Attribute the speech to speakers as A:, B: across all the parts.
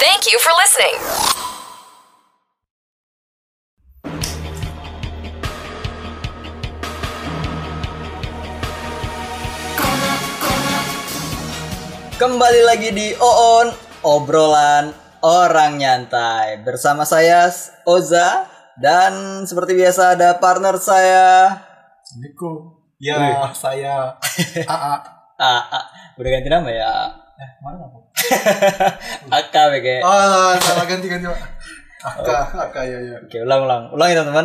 A: Thank you for listening.
B: Kembali lagi di OON, obrolan orang nyantai. Bersama saya Oza dan seperti biasa ada partner saya.
C: Assalamualaikum. Ya, saya AA.
B: Udah ganti nama ya?
C: Mana aku?
B: Aka BG.
C: Oh, salah ganti Pak. AK ya.
B: Oke, ulang ya teman-teman.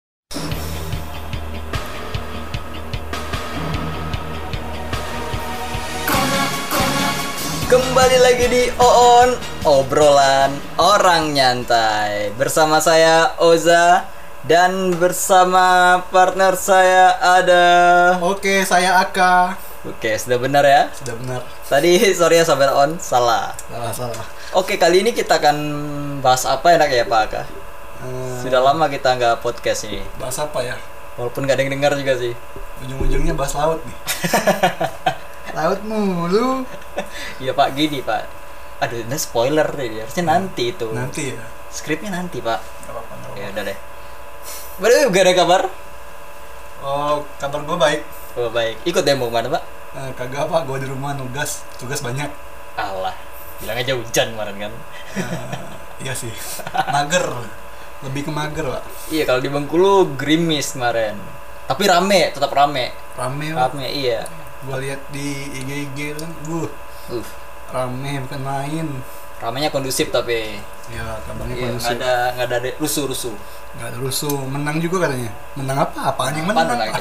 B: Kembali lagi di OON, obrolan orang nyantai. Bersama saya Oza dan bersama partner saya ada.
C: Oke, saya AK.
B: Oke, sudah benar ya?
C: Sudah benar.
B: Tadi sorry ya sahabat OON, salah.
C: Salah.
B: Oke, kali ini kita akan bahas apa enak ya Pak Aka? Sudah lama kita nggak podcast ini.
C: Bahas apa ya?
B: Walaupun nggak ada yang dengar juga sih.
C: Ujung-ujungnya bahas laut nih. Laut mulu.
B: Iya Pak, gini Pak. Aduh, ini spoiler deh. Harusnya nanti itu.
C: Nanti ya.
B: Skripnya nanti Pak.
C: Gak apa-apa.
B: Ya udah deh. Baru gak ada kabar?
C: Oh, kabar gue baik.
B: Oh baik. Ikut demo mana Pak?
C: Kagak apa, gue di rumah tugas banyak.
B: Alah, bilang aja hujan kemarin kan.
C: Iya sih. Mager. Lebih ke mager, Pak.
B: Iya, kalau di Bengkulu gerimis kemarin. Tapi tetap rame.
C: Rame, Pak.
B: Rame, iya.
C: Gue lihat di IG kan, rame bukan main.
B: Ramenya kondusif tapi.
C: Ya, kabarnya
B: Iya,
C: kondusif.
B: nggak ada rusuh.
C: Nggak ada rusuh, menang juga katanya. Menang apa? Apaan yang menang?
B: Aja.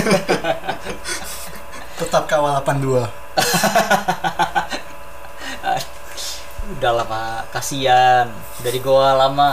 C: Tetap kawal 82.
B: Udahlah Pak, kasihan. Dari goa lama.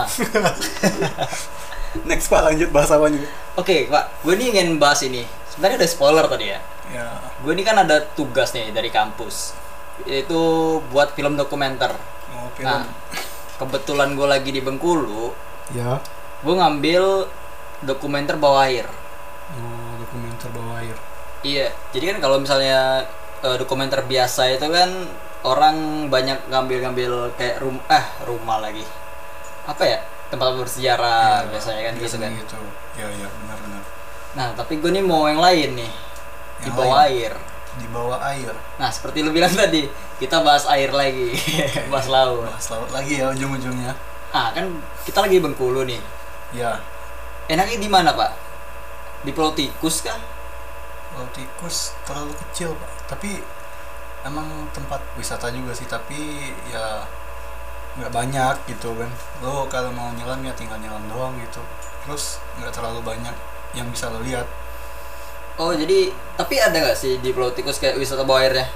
C: Next Pak, lanjut bahas apa juga?
B: Oke Pak, gue nih ingin bahas ini. Sebenarnya ada spoiler tadi ya.
C: Ya.
B: Gue ini kan ada tugas nih dari kampus. Itu buat film dokumenter.
C: Oh, film.
B: Nah, kebetulan gue lagi di Bengkulu.
C: Ya.
B: Gue ngambil dokumenter bawah air.
C: Oh, dokumenter bawah air.
B: Iya, jadi kan kalau misalnya dokumenter biasa itu kan orang banyak ngambil kayak rumah lagi. Apa ya? Tempat bersejarah biasanya kan gitu kan.
C: Gitu. Ya, benar.
B: Nah, tapi gue nih mau yang lain nih. Di
C: Yang
B: bawah
C: lain?
B: air.
C: Di bawah air.
B: Nah, seperti lu bilang tadi, kita bahas air lagi. Bahas laut.
C: Bahas laut lagi ya ujung-ujungnya.
B: Kan kita lagi di Bengkulu nih.
C: Ya.
B: Enaknya di mana, Pak? Di Pulau Tikus kah?
C: Pulau Tikus terlalu kecil, Pak. Tapi emang tempat wisata juga sih, tapi ya nggak banyak gitu kan. Lo kalau mau nyelam ya tinggal nyelam doang gitu. Terus nggak terlalu banyak yang bisa lo lihat.
B: Oh, jadi tapi ada nggak sih di Pulau Tikus kayak wisata bawah airnya?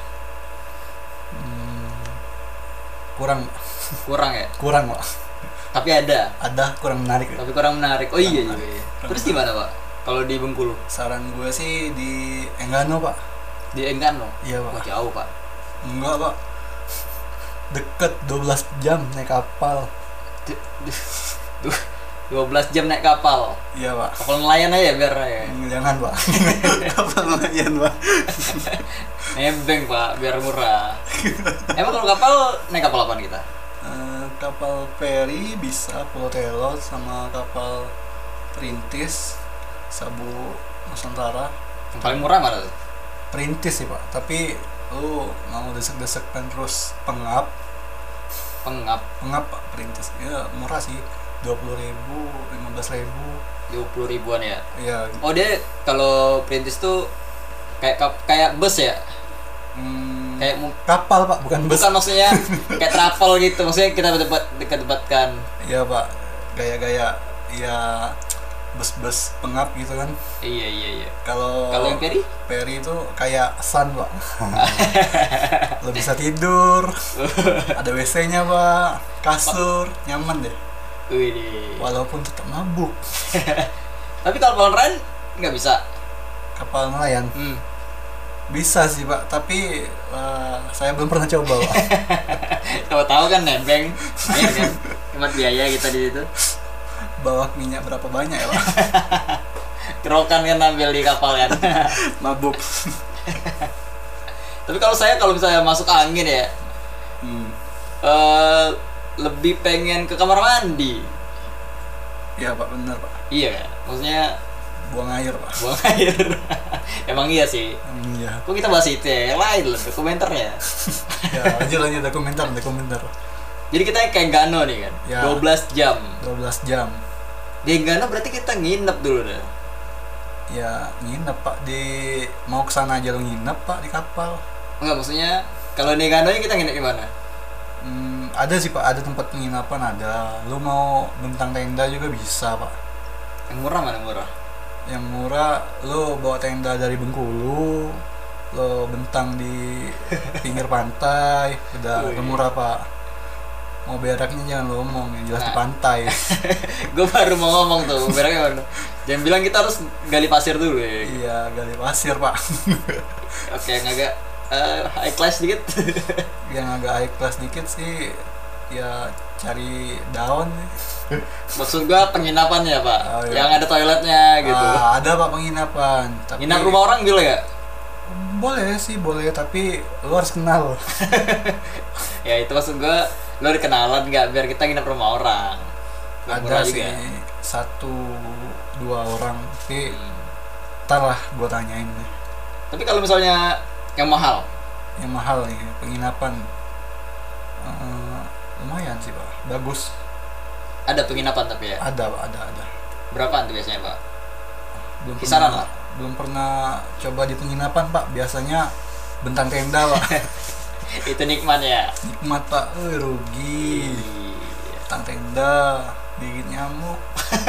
C: Kurang
B: Kurang ya?
C: Kurang, Pak.
B: Tapi ada.
C: Kurang menarik.
B: Tapi kurang menarik. Oh iya
C: Kurang
B: juga.
C: menarik.
B: Ya. Terus di mana, Pak? Kalau di Bengkulu?
C: Saran gue sih di Enggano, Pak.
B: Di Enggano?
C: Iya, Pak.
B: Oh, jauh, Pak.
C: Enggak, Pak. Deket 12 jam naik kapal.
B: 12 jam naik kapal.
C: Iya, Pak.
B: Kapal nelayan aja biar ya.
C: Jangan, Pak. Kapal nelayan, Pak.
B: Nebeng, Pak, biar murah. Emang kalau kapal naik kapal apaan kita?
C: Kapal feri bisa Pulau Telot sama kapal Perintis Sabu Nusantara.
B: Yang paling murah mana tuh?
C: Perintis sih, Pak. Tapi lu mau desek-desek kan terus pengap, Pak, Perintis. Ya murah sih. 20.000, 15.000.
B: 20 ribuan ya?
C: Iya.
B: Oh, dia kalau Perintis tuh kayak bus ya? Kayak
C: Kapal, Pak, bukan bus.
B: bukan maksudnya kayak travel gitu. Maksudnya kita debat-debatkan.
C: Iya, Pak. Gaya-gaya ya bus-bus pengap gitu kan.
B: Iya.
C: Kalau
B: yang Peri?
C: Peri itu kayak sun, Pak. Lo bisa tidur. Ada WC-nya, Pak. Kasur, nyaman deh.
B: Wih.
C: Walaupun tetap mabuk.
B: Tapi kalau nelayan nggak bisa.
C: Kapal nelayan bisa sih, Pak, tapi saya belum pernah coba, Pak.
B: Tahu-tahu kan nebeng, ya kan? Hemat biaya kita di situ.
C: Bawa minyak berapa banyak ya, Pak?
B: Kerokan kan ambil di kapal kan.
C: Mabuk.
B: Tapi kalau misalnya masuk angin ya, lebih pengen ke kamar mandi.
C: Iya pak, bener pak.
B: Iya kan? Maksudnya
C: Buang air pak.
B: buang air. Emang iya sih.
C: Iya.
B: Kok kita bahas itu ya? Yang lain lah, komentarnya.
C: Ya lanjut ada komentar.
B: Jadi kita kayak Gano nih kan,
C: Ya.
B: 12 jam.
C: 12 jam.
B: Di Gano berarti kita nginep dulu deh.
C: Ya nginep pak di mau kesana aja lo nginep pak di kapal.
B: Enggak, maksudnya kalau di Gano kita nginep di mana?
C: Ada sih pak, ada tempat penginapan ada. Lu mau bentang tenda juga bisa pak.
B: Yang murah mana murah?
C: Yang murah lu bawa tenda dari Bengkulu, lo bentang di pinggir pantai, udah
B: Wih.
C: murah pak. Mau beraknya jangan lo ngomong, yang jelas di
B: Nah.
C: pantai.
B: Gue baru mau ngomong tuh, beraknya mana? Jangan bilang kita harus gali pasir dulu ya.
C: Iya, gali pasir pak.
B: Oke, yang agak high class dikit.
C: Yang agak high class dikit sih, ya cari daun nih.
B: Maksud gue penginapannya pak,
C: Oh, iya.
B: yang ada toiletnya gitu.
C: Ada pak penginapan. Tapi
B: Nginap rumah orang boleh gak?
C: boleh sih, boleh, tapi lu harus kenal.
B: Ya itu maksud gue, lo ada kenalan nggak biar kita nginap rumah orang. Biar
C: Ada
B: murah
C: sih
B: juga.
C: 1-2 orang, tapi ntar lah gua tanyain deh.
B: Tapi kalau misalnya yang mahal,
C: Yang mahal nih penginapan. Lumayan sih pak, bagus.
B: ada penginapan tapi ya.
C: Ada pak, ada.
B: Berapaan tuh biasanya pak?
C: Belum
B: Kisaran
C: pernah,
B: lah.
C: belum pernah coba di penginapan pak. Biasanya bentang tenda pak.
B: Itu nikmat ya.
C: Nikmat pak, rugi.
B: Iya.
C: Bentang tenda, gigit nyamuk.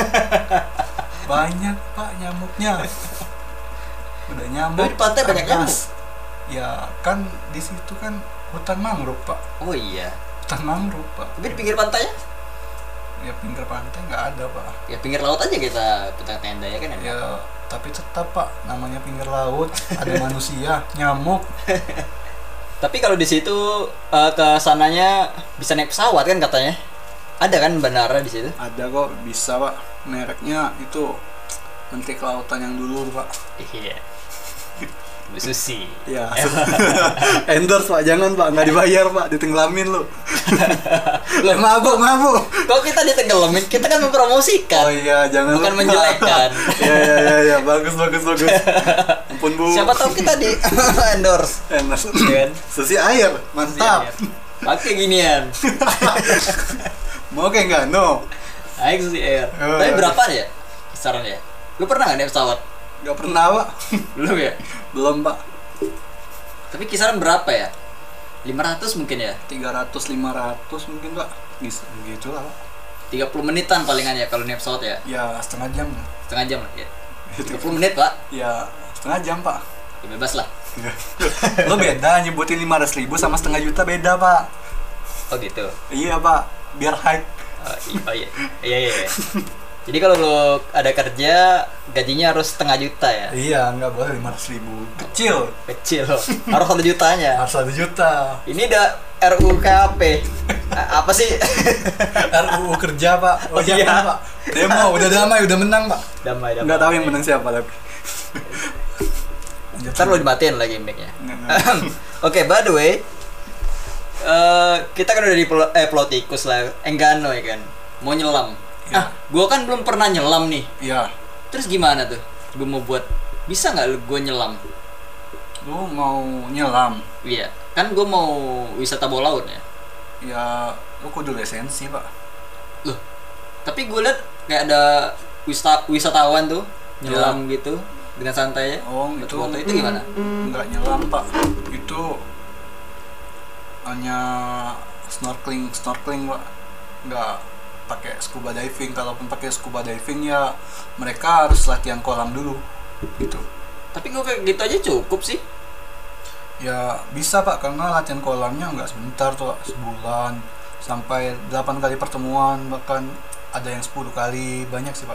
C: Banyak pak nyamuknya. Udah nyamuk.
B: Oh, di pantai banyak
C: panas. Ya kan di situ kan hutan mangrove pak.
B: Oh iya.
C: Hutan mangrove pak.
B: Tapi di pinggir pantai ya?
C: Ya pinggir pantai nggak ada pak.
B: Ya pinggir laut aja kita petang tenda ya kan.
C: Ya tapi tetap pak, namanya pinggir laut, ada manusia, nyamuk.
B: Tapi kalau di situ ke sananya bisa naik pesawat kan katanya. Ada kan bandara di situ?
C: Ada kok, bisa pak. Mereknya itu Menteri Kelautan yang dulu pak.
B: Iya. Bu Susi.
C: Ya. Endorse pak, jangan pak, nggak dibayar pak, ditenggelamin lu. Mabuk.
B: Kok kita ditenggelamin? Kita kan mempromosikan.
C: Oh iya, jangan
B: Bukan
C: lupa.
B: menjelekkan.
C: Ya, bagus. Ampun bu.
B: Siapa tahu kita di endorse.
C: Endorse.
B: Kan?
C: Susi air, mantap.
B: Pakai ginian.
C: Mau kayak nggak? No.
B: Naik Susi Air.
C: Oh,
B: Tapi
C: iya.
B: berapa ya kisarannya? Lu pernah nggak naik pesawat?
C: Nggak pernah pak.
B: Belum ya?
C: Belum pak.
B: Tapi kisaran berapa ya? 500 mungkin ya?
C: 300-500 mungkin pak. Gitu lah pak.
B: 30 menitan palingan ya kalau naik pesawat ya?
C: Ya setengah jam.
B: Setengah jam lah ya? 30 menit pak?
C: Ya setengah jam pak.
B: Ya bebas lah.
C: Lo beda nyebutin 500.000 sama setengah juta beda pak.
B: Oh gitu?
C: Iya pak, biar hype.
B: Oh iya. Iya. Jadi kalau lo ada kerja, gajinya harus setengah juta ya?
C: Iya, nggak boleh 500.000. Kecil.
B: Kecil loh. Harus 1 jutanya.
C: Harus 1 juta.
B: Ini udah RUU KP. Apa sih?
C: RUU kerja pak.
B: Oh,
C: jangan,
B: iya.
C: pak. Demo udah damai, udah menang pak.
B: Damai.
C: Nggak tahu yang menang siapa tapi.
B: Ntar lo dimatiin lagi mic-nya.
C: Nggak.
B: Oke, by the way, kita kan udah di Pulau Tikus lah, Enggano ya kan, mau nyelam.
C: Ya.
B: Gua kan belum pernah nyelam nih.
C: Iya.
B: Terus gimana tuh? Gue mau buat, bisa nggak gue nyelam?
C: Lu mau nyelam?
B: Iya, kan gue mau wisata bawah laut ya.
C: Ya, lu kudu lisensi pak.
B: Loh, tapi gue liat kayak ada wisatawan tuh nyelam gitu dengan santai ya.
C: Oh,
B: Foto itu gimana?
C: Nggak nyelam pak. Itu hanya snorkeling pak. Nggak pakai scuba diving. Kalaupun pakai scuba diving ya mereka harus latihan kolam dulu gitu.
B: Tapi gue kayak gitu aja cukup sih.
C: Ya bisa pak, karena latihan kolamnya nggak sebentar tuh Pak. Sebulan sampai 8 kali pertemuan, bahkan ada yang 10 kali, banyak sih pak.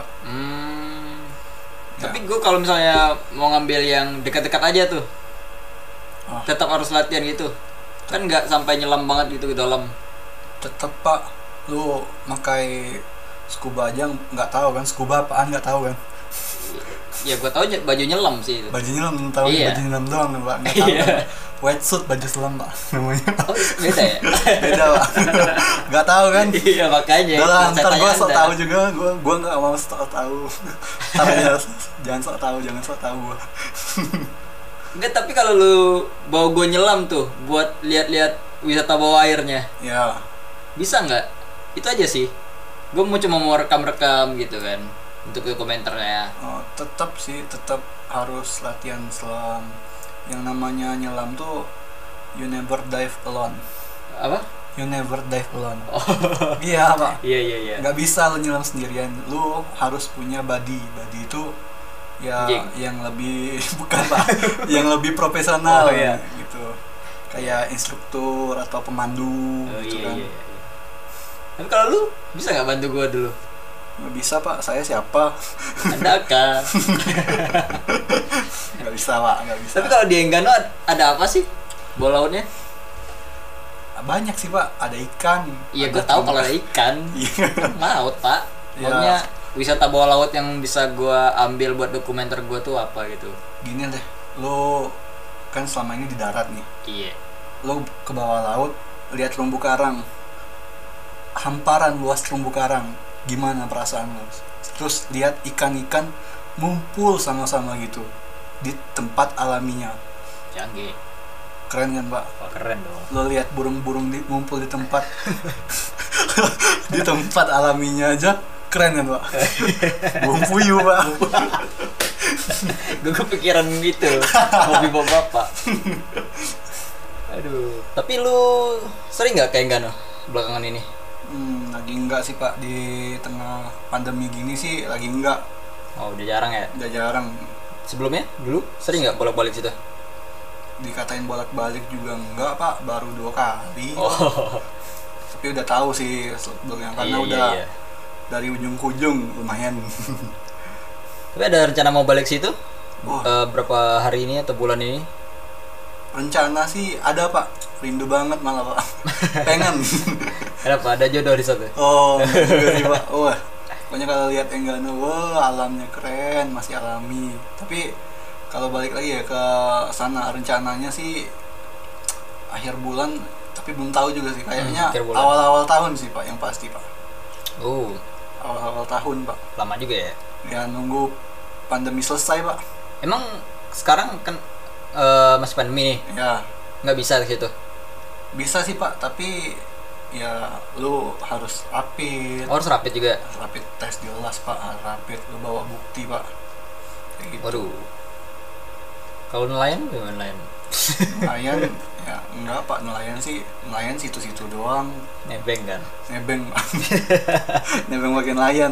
C: Ya.
B: Tapi gue kalau misalnya mau ngambil yang dekat-dekat aja tuh, tetap harus latihan gitu. Kan nggak sampai nyelam banget gitu ke dalam.
C: Tetep pak, lu pakai scuba aja nggak tahu kan, scuba apaan nggak tahu kan.
B: Ya gue tahu baju nyelam sih itu.
C: Baju nyelam tahu,
B: Iya.
C: baju nyelam doang pak, nggak tahu
B: Iya.
C: kan. wetsuit baju selam pak namanya.
B: Oh, beda ya?
C: Beda pak. Nggak tahu kan?
B: Iya makanya.
C: Udah lah,
B: saya
C: ntar gue
B: tanya
C: sok
B: Anda.
C: tahu juga, gue nggak mau sok tahu. Ntar aja, jangan sok tahu gue.
B: Enggak, tapi kalau lu bawa gue nyelam tuh buat lihat-lihat wisata bawah airnya,
C: Ya,
B: bisa nggak? Itu aja sih. Gue cuma mau rekam-rekam gitu kan untuk dokumenternya.
C: oh, tetap harus latihan selam. Yang namanya nyelam tuh you never dive alone.
B: Apa?
C: You never dive alone.
B: Oh.
C: Iya pak.
B: Iya.
C: Nggak bisa lu nyelam sendirian. Lu harus punya buddy. Buddy itu ya
B: Anjing.
C: yang lebih bukan pak, yang lebih profesional
B: Oh, iya.
C: gitu. Kayak instruktur atau pemandu
B: Oh,
C: gitu
B: iya,
C: kan.
B: iya. Tapi kalau lu bisa nggak bantu gue dulu?
C: Nggak bisa pak, saya siapa?
B: Anda kan.
C: Nggak bisa pak, nggak bisa.
B: Tapi kalau di Enggano ada apa sih? Bola lautnya?
C: Banyak sih pak, ada ikan.
B: Iya,
C: ada
B: gue tahu
C: tuna.
B: kalau ada ikan.
C: Iya.
B: Laut pak.
C: Ya.
B: Maksudnya wisata bawah laut yang bisa gue ambil buat dokumenter gue tuh apa gitu?
C: Gini deh, lo kan selama ini di darat nih.
B: Iya.
C: Lo ke bawah laut, lihat terumbu karang, hamparan luas terumbu karang, gimana perasaan lo? Terus lihat ikan-ikan ngumpul sama-sama gitu di tempat alaminya,
B: Canggih.
C: keren kan pak?
B: Wah, keren dong.
C: Lo lihat burung-burung ngumpul di tempat di tempat alaminya aja, keren kan pak? Burung puyuh pak.
B: Gue kepikiran gitu. Hobi bapak. Aduh. Tapi lu sering nggak ke Enggano belakangan ini?
C: Lagi enggak sih pak, di tengah pandemi gini sih lagi enggak,
B: Oh, udah jarang ya.
C: udah jarang.
B: Sebelumnya dulu sering nggak bolak-balik situ?
C: Dikatain bolak-balik juga enggak pak, baru 2 kali.
B: Oh.
C: Tapi udah tahu sih sebelumnya karena
B: Iya,
C: udah
B: iya.
C: dari ujung ke ujung lumayan.
B: Tapi ada rencana mau balik situ?
C: Wah.
B: Berapa hari ini atau bulan ini?
C: Rencana sih ada pak, rindu banget malah pak. Pengen.
B: Kenapa? Ada jodoh di situ?
C: Oh juga sih pak. Wah, pokoknya kalau lihat Enggano, wah alamnya keren, masih alami. Tapi kalau balik lagi ya ke sana, rencananya sih akhir bulan, tapi belum tahu juga sih, kayaknya
B: akhir bulan.
C: awal-awal tahun sih pak, yang pasti pak.
B: Oh,
C: Awal-awal tahun pak.
B: lama juga ya.
C: Ya nunggu pandemi selesai pak.
B: Emang sekarang kan masih pandemi nih,
C: Ya
B: nggak bisa ke situ.
C: bisa sih pak, tapi ya lu harus rapid.
B: Oh, harus rapid juga.
C: Rapid tes jelas pak, rapid lu bawa bukti pak. Kayak gitu.
B: Waduh. Kalau nelayan gimana nelayan?
C: Nelayan ya enggak pak, nelayan situ-situ doang.
B: Nebeng kan.
C: Nebeng Pak. Nebeng bagian nelayan.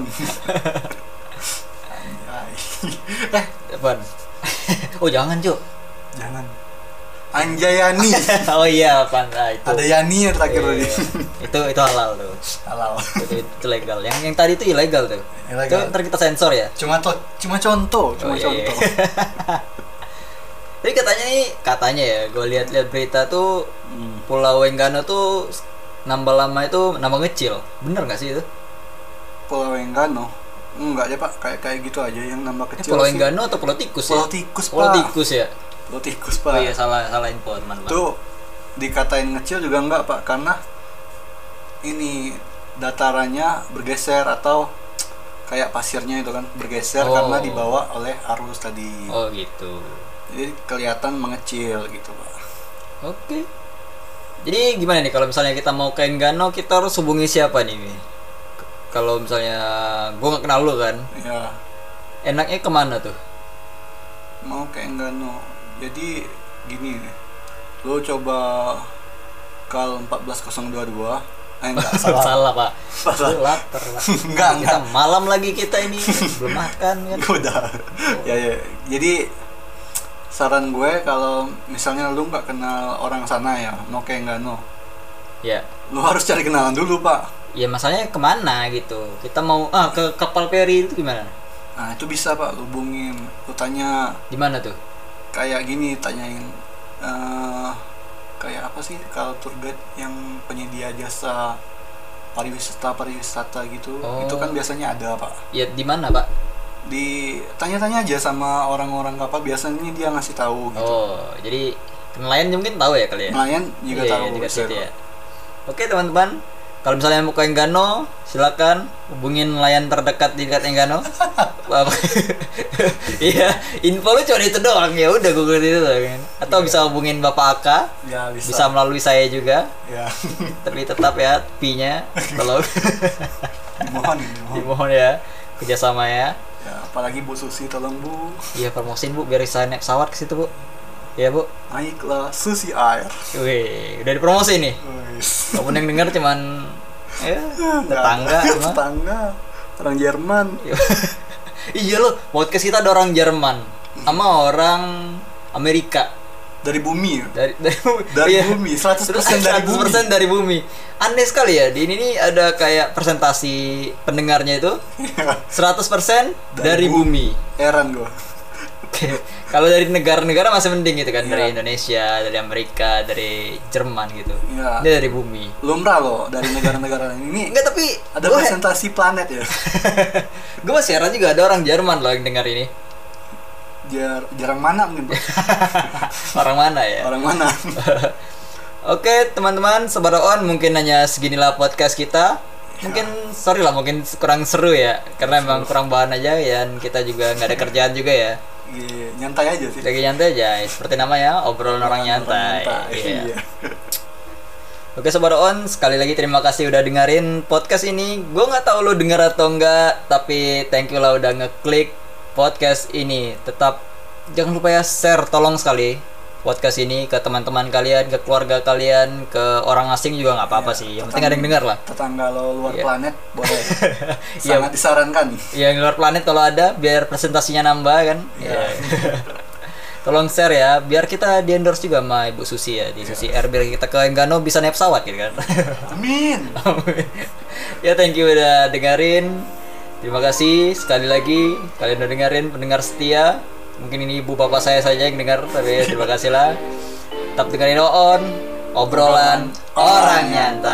C: Anjay.
B: Apaan? Oh, jangan, Cuk.
C: Jangan. Anjayani.
B: Oh iya, apaan? Ah, itu.
C: Ada Yani yang terakhir tadi.
B: Itu halal tuh.
C: Halal.
B: Itu legal. Yang tadi itu ilegal tuh.
C: Ilegal.
B: Itu ntar kita sensor ya.
C: Cuma contoh,
B: Oh, iya. Tapi katanya ya, gue lihat-lihat berita tuh Pulau Enggano tuh nambah lama itu nambah kecil. Bener nggak sih itu?
C: Pulau Enggano. Enggak ya pak, kayak gitu aja yang nambah
B: Ini
C: kecil.
B: Pulau
C: sih.
B: Enggano atau Pulau Tikus ya?
C: Pulau Tikus
B: Pulau
C: pak.
B: Tikus ya.
C: Pulau Tikus pak.
B: Oh iya, salah info teman-teman.
C: Tuh dikatain kecil juga enggak pak, karena ini datarannya bergeser atau kayak pasirnya itu kan bergeser
B: Oh.
C: karena dibawa oleh arus tadi.
B: Oh gitu.
C: Jadi kelihatan mengecil gitu pak.
B: Oke. Jadi gimana nih kalau misalnya kita mau ke Enggano, kita harus hubungi siapa nih? Kalau misalnya gue nggak kenal lu kan,
C: Ya
B: enaknya kemana tuh?
C: mau ke Enggano. Jadi gini, lo coba kal 14022. Enggak salah.
B: Salah pak.
C: Salah.
B: Lu lapar pak.
C: Enggak,
B: Kita malam lagi kita ini belum makan kan.
C: Udah. Ya. Jadi saran gue kalau misalnya lu nggak kenal orang sana ya, mau ke Enggano,
B: Ya.
C: lu harus cari kenalan dulu pak.
B: Ya masalahnya kemana gitu? Kita mau ke kapal feri itu gimana?
C: Nah itu bisa pak, lu hubungin, lu tanya
B: Di mana tuh?
C: kayak gini, tanyain kayak apa sih kalau tour guide yang penyedia jasa pariwisata gitu.
B: Oh.
C: Itu kan biasanya ada pak.
B: Ya di mana pak?
C: Di tanya-tanya aja sama orang-orang kapal, biasanya dia ngasih tahu gitu.
B: Oh, jadi Nelayan mungkin tahu ya kali ya.
C: Nelayan juga
B: Iya,
C: tahu
B: juga
C: bisa
B: situ
C: itu.
B: ya. Oke teman-teman, kalau misalnya mau ke Enggano, silakan hubungin nelayan terdekat di dekat Enggano. Iya, info lu cuma itu doang, ya udah Google itu kan. Atau
C: Iya.
B: bisa hubungin Bapak Aka,
C: Ya
B: bisa melalui saya juga.
C: Ya.
B: Tapi tetap ya P-nya tolong
C: dimohon.
B: dimohon ya kerjasama ya.
C: Ya, apalagi Bu Susi tolong Bu.
B: Iya promosiin Bu biar bisa naik pesawat ke situ Bu. Iya Bu.
C: Naiklah Susi Air.
B: Wih, udah dipromosi nih.
C: Wis.
B: Kamu yang denger cuman ya tetangga cuma.
C: Tetangga orang Jerman.
B: Iya loh, podcast kita ada orang Jerman sama orang Amerika.
C: Dari bumi.
B: Dari
C: Dari bumi, 100%
B: Terus
C: dari bumi.
B: 100% dari bumi. Aneh sekali ya, di ini nih ada kayak presentasi pendengarnya itu 100% dari bumi.
C: Heran gua.
B: Oke. Kalau dari negara-negara masih mending gitu kan,
C: Iya.
B: dari Indonesia, dari Amerika, dari Jerman gitu.
C: Iya.
B: Ini dari bumi.
C: Lumrah loh dari negara-negara ini.
B: Enggak, tapi
C: Ada presentasi planet ya.
B: gue masih heran juga ada orang Jerman loh yang dengar ini.
C: Jarang mana mungkin, Pak.
B: Orang mana ya?
C: Orang mana?
B: Oke teman-teman, Sobat On, mungkin hanya seginilah podcast kita. Mungkin sorry lah, mungkin kurang seru ya, karena emang kurang bahan aja ya, dan kita juga nggak ada kerjaan juga ya.
C: Iya, nyantai aja sih.
B: Lagi nyantai aja, seperti namanya obrolan orang nyantai. Iya.
C: Iya.
B: Oke Sobat On, sekali lagi terima kasih udah dengerin podcast ini. Gue nggak tahu lo denger atau enggak, tapi thank you lah udah ngeklik podcast ini. Tetap jangan lupa ya share, tolong sekali podcast ini ke teman-teman kalian, ke keluarga kalian, ke orang asing juga nggak apa-apa
C: Iya,
B: sih. Yang penting ada yang dengar lah.
C: Tetangga lo luar
B: Iya.
C: planet boleh.
B: Iya.
C: Sangat disarankan.
B: Yang luar planet kalau ada, biar presentasinya nambah kan.
C: Iya.
B: Tolong share ya, biar kita di endorse juga sama Ibu Susi ya, di Susi Air, biar kita ke Enggano bisa naik pesawat gitu kan.
C: Amin.
B: Ya thank you udah dengerin. Terima kasih sekali lagi kalian udah dengerin, pendengar setia. Mungkin ini ibu bapak saya saja yang dengar, tapi terima kasih lah. Tetap dengerin On, obrolan orang nyantai.